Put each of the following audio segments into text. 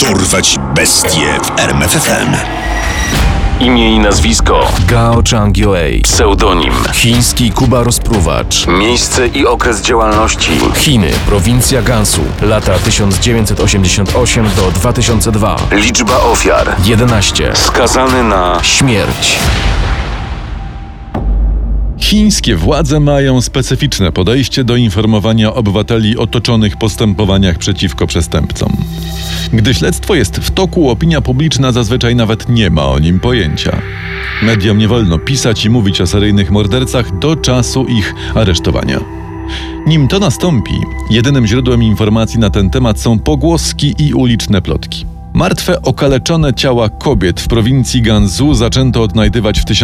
Dorwać bestie w RMF FM. Imię i nazwisko: Gao Chang-Youei. pseudonim: Chiński Kuba Rozpruwacz. miejsce i okres działalności: Chiny, prowincja Gansu, lata 1988 do 2002. liczba ofiar: 11. skazany na Śmierć. Chińskie władze mają specyficzne podejście do informowania obywateli o toczonych postępowaniach przeciwko przestępcom. Gdy śledztwo jest w toku, opinia publiczna zazwyczaj nawet nie ma o nim pojęcia. Mediom nie wolno pisać i mówić o seryjnych mordercach do czasu ich aresztowania. Nim to nastąpi, jedynym źródłem informacji na ten temat są pogłoski i uliczne plotki. Martwe, okaleczone ciała kobiet w prowincji Gansu zaczęto odnajdywać w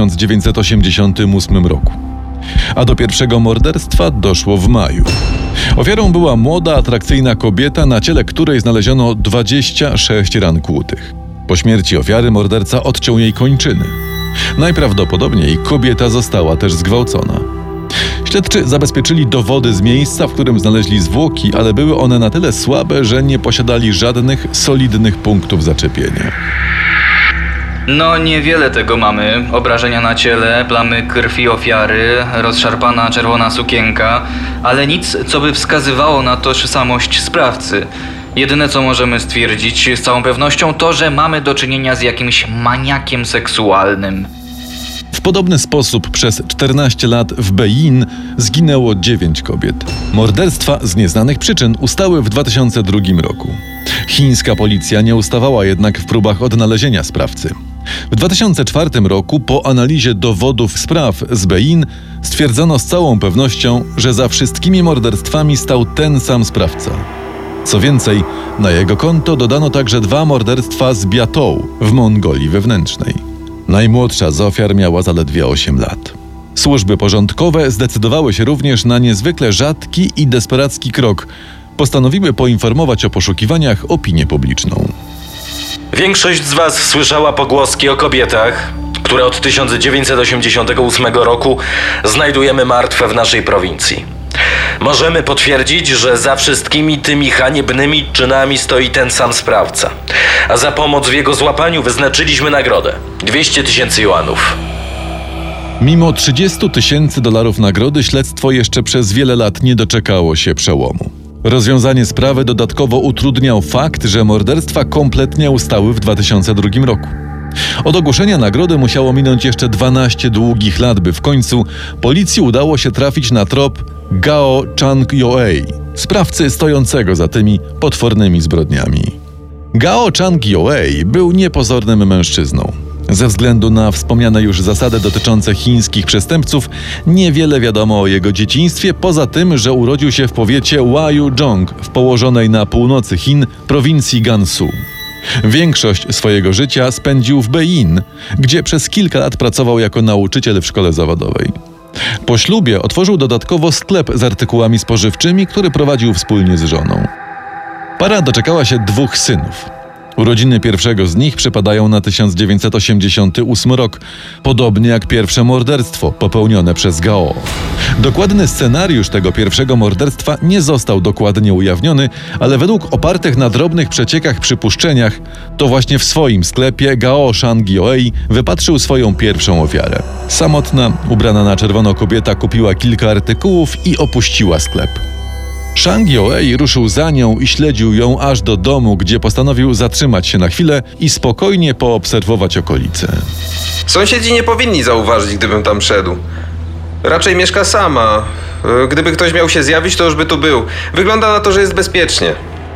1988 roku. A do pierwszego morderstwa doszło w maju. Ofiarą była młoda, atrakcyjna kobieta, na ciele której znaleziono 26 ran kłutych. Po śmierci ofiary morderca odciął jej kończyny. Najprawdopodobniej kobieta została też zgwałcona. Śledczy zabezpieczyli dowody z miejsca, w którym znaleźli zwłoki, ale były one na tyle słabe, że nie posiadali żadnych solidnych punktów zaczepienia. No niewiele tego mamy. Obrażenia na ciele, plamy krwi ofiary, rozszarpana czerwona sukienka, ale nic, co by wskazywało na tożsamość sprawcy. Jedyne, co możemy stwierdzić z całą pewnością, to, że mamy do czynienia z jakimś maniakiem seksualnym. W podobny sposób przez 14 lat w Beijing zginęło 9 kobiet. Morderstwa z nieznanych przyczyn ustały w 2002 roku. Chińska policja nie ustawała jednak w próbach odnalezienia sprawcy. W 2004 roku po analizie dowodów spraw z Beijing stwierdzono z całą pewnością, że za wszystkimi morderstwami stał ten sam sprawca. Co więcej, na jego konto dodano także 2 morderstwa z Biatou w Mongolii Wewnętrznej. Najmłodsza z ofiar miała zaledwie 8 lat. Służby porządkowe zdecydowały się również na niezwykle rzadki i desperacki krok. Postanowiły poinformować o poszukiwaniach opinię publiczną. Większość z Was słyszała pogłoski o kobietach, które od 1988 roku znajdujemy martwe w naszej prowincji. Możemy potwierdzić, że za wszystkimi tymi haniebnymi czynami stoi ten sam sprawca. A za pomoc w jego złapaniu wyznaczyliśmy nagrodę: 200 000 juanów. Mimo $30,000 nagrody śledztwo jeszcze przez wiele lat nie doczekało się przełomu. Rozwiązanie sprawy dodatkowo utrudniał fakt, że morderstwa kompletnie ustały w 2002 roku. Od ogłoszenia nagrody musiało minąć jeszcze 12 długich lat, by w końcu policji udało się trafić na trop Gao Chang-Youei, sprawcy stojącego za tymi potwornymi zbrodniami. Gao Chang-Youei był niepozornym mężczyzną. Ze względu na wspomniane już zasady dotyczące chińskich przestępców, niewiele wiadomo o jego dzieciństwie, poza tym, że urodził się w powiecie Huaiyuzhong w położonej na północy Chin prowincji Gansu. Większość swojego życia spędził w Beijing, gdzie przez kilka lat pracował jako nauczyciel w szkole zawodowej. Po ślubie otworzył dodatkowo sklep z artykułami spożywczymi, który prowadził wspólnie z żoną. Para doczekała się 2 synów. Urodziny pierwszego z nich przypadają na 1988 rok, podobnie jak pierwsze morderstwo popełnione przez Gao. Dokładny scenariusz tego pierwszego morderstwa nie został dokładnie ujawniony, ale według opartych na drobnych przeciekach przypuszczeniach, to właśnie w swoim sklepie Gao Chang-Youei wypatrzył swoją pierwszą ofiarę. Samotna, ubrana na czerwono kobieta kupiła kilka artykułów i opuściła sklep. Chang-Youei ruszył za nią i śledził ją aż do domu, gdzie postanowił zatrzymać się na chwilę i spokojnie poobserwować okolice. Sąsiedzi nie powinni zauważyć, gdybym tam szedł. Raczej mieszka sama. Gdyby ktoś miał się zjawić, to już by tu był. Wygląda na to, że jest bezpiecznie.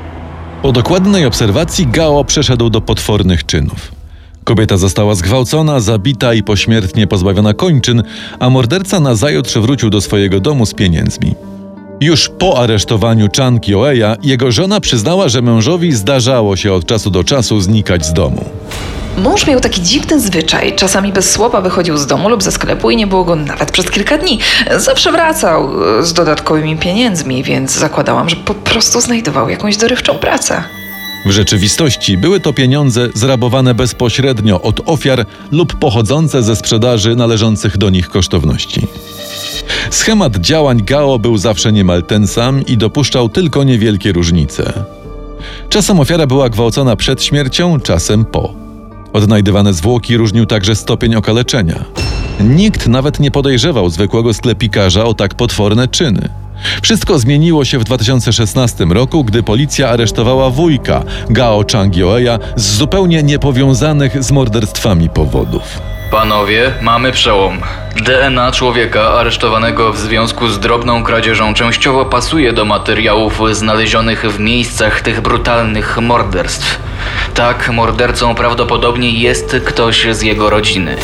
Po dokładnej obserwacji Gao przeszedł do potwornych czynów. Kobieta została zgwałcona, zabita i pośmiertnie pozbawiona kończyn, a morderca nazajutrz wrócił do swojego domu z pieniędzmi. Już po aresztowaniu Chang-Youeia jego żona przyznała, że mężowi zdarzało się od czasu do czasu znikać z domu. Mąż miał taki dziwny zwyczaj. Czasami bez słowa wychodził z domu lub ze sklepu i nie było go nawet przez kilka dni. Zawsze wracał z dodatkowymi pieniędzmi, więc zakładałam, że po prostu znajdował jakąś dorywczą pracę. W rzeczywistości były to pieniądze zrabowane bezpośrednio od ofiar lub pochodzące ze sprzedaży należących do nich kosztowności. Schemat działań Gao był zawsze niemal ten sam i dopuszczał tylko niewielkie różnice. Czasem ofiara była gwałcona przed śmiercią, czasem po. Odnajdywane zwłoki różnił także stopień okaleczenia. Nikt nawet nie podejrzewał zwykłego sklepikarza o tak potworne czyny. Wszystko zmieniło się w 2016 roku, gdy policja aresztowała wujka Gao Chang-Yoeya z zupełnie niepowiązanych z morderstwami powodów. Panowie, mamy przełom. DNA człowieka aresztowanego w związku z drobną kradzieżą częściowo pasuje do materiałów znalezionych w miejscach tych brutalnych morderstw. Tak, mordercą prawdopodobnie jest ktoś z jego rodziny.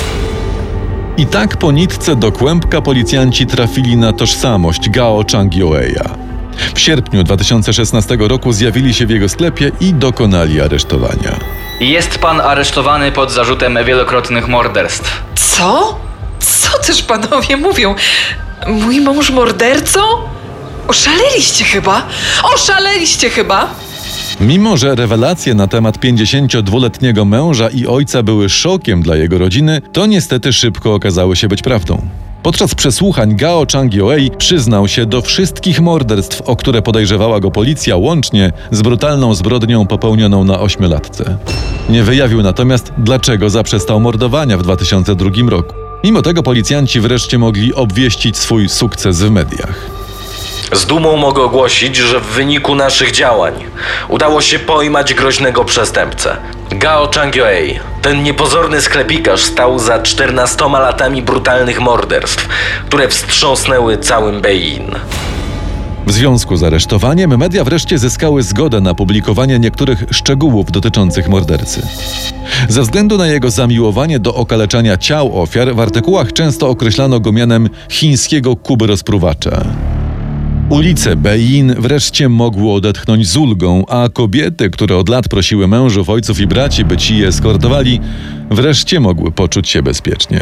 I tak po nitce do kłębka policjanci trafili na tożsamość Gao Chang-Yoeya. W sierpniu 2016 roku zjawili się w jego sklepie i dokonali aresztowania. Jest pan aresztowany pod zarzutem wielokrotnych morderstw. Co? Co też panowie mówią? Mój mąż mordercą? Oszaleliście chyba? Oszaleliście chyba? Mimo że rewelacje na temat 52-letniego męża i ojca były szokiem dla jego rodziny, to niestety szybko okazały się być prawdą. Podczas przesłuchań Gao Chang-Yoey przyznał się do wszystkich morderstw, o które podejrzewała go policja, łącznie z brutalną zbrodnią popełnioną na 8-latce. Nie wyjawił natomiast, dlaczego zaprzestał mordowania w 2002 roku. Mimo tego policjanci wreszcie mogli obwieścić swój sukces w mediach. Z dumą mogę ogłosić, że w wyniku naszych działań udało się pojmać groźnego przestępcę. Gao Chang-Yoey, ten niepozorny sklepikarz, stał za 14 latami brutalnych morderstw, które wstrząsnęły całym Bein. W związku z aresztowaniem media wreszcie zyskały zgodę na publikowanie niektórych szczegółów dotyczących mordercy. Ze względu na jego zamiłowanie do okaleczania ciał ofiar w artykułach często określano go mianem chińskiego Kuby rozpruwacza. Ulice Bein wreszcie mogły odetchnąć z ulgą, a kobiety, które od lat prosiły mężów, ojców i braci, by ci je eskortowali, wreszcie mogły poczuć się bezpiecznie.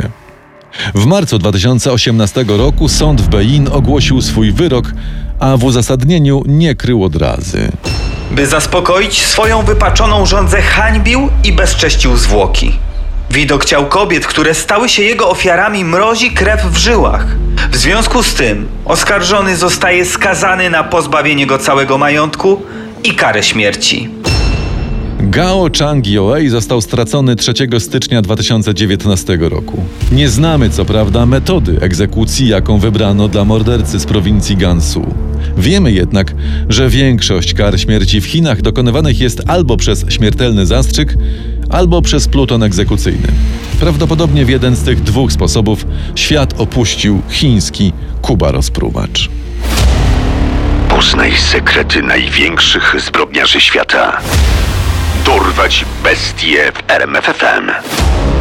W marcu 2018 roku sąd w Bein ogłosił swój wyrok, a w uzasadnieniu nie krył odrazy. By zaspokoić swoją wypaczoną żądzę, hańbił i bezcześcił zwłoki. Widok ciał kobiet, które stały się jego ofiarami, mrozi krew w żyłach. W związku z tym oskarżony zostaje skazany na pozbawienie go całego majątku i karę śmierci. Gao Chang-Yoey został stracony 3 stycznia 2019 roku. Nie znamy co prawda metody egzekucji, jaką wybrano dla mordercy z prowincji Gansu. Wiemy jednak, że większość kar śmierci w Chinach dokonywanych jest albo przez śmiertelny zastrzyk, albo przez pluton egzekucyjny. Prawdopodobnie w jeden z tych dwóch sposobów świat opuścił chiński Kuba rozpruwacz. Poznaj sekrety największych zbrodniarzy świata. Dorwać bestie w RMF FM.